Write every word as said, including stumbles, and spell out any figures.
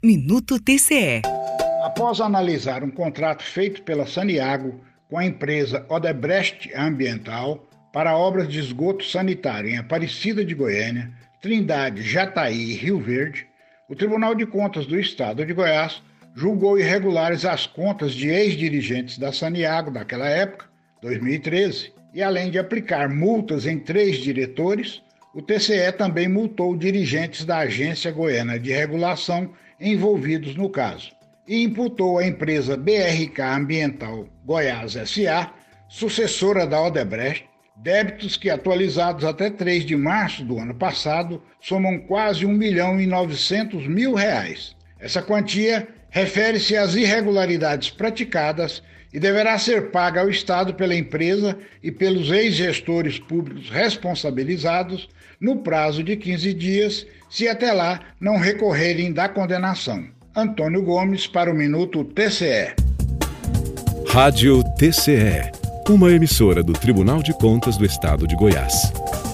Minuto T C E. Após analisar um contrato feito pela Saniago com a empresa Odebrecht Ambiental para obras de esgoto sanitário em Aparecida de Goiânia, Trindade, Jataí e Rio Verde, o Tribunal de Contas do Estado de Goiás julgou irregulares as contas de ex-dirigentes da Saniago daquela época, dois mil e treze, e além de aplicar multas em três diretores, o T C E também multou dirigentes da Agência Goiana de Regulação envolvidos no caso e imputou à empresa B R K Ambiental Goiás S A, sucessora da Odebrecht, débitos que, atualizados até três de março do ano passado, somam quase um milhão e novecentos mil reais. Essa quantia refere-se às irregularidades praticadas e deverá ser paga ao Estado pela empresa e pelos ex-gestores públicos responsabilizados no prazo de quinze dias, se até lá não recorrerem da condenação. Antônio Gomes para o Minuto T C E. Rádio T C E, uma emissora do Tribunal de Contas do Estado de Goiás.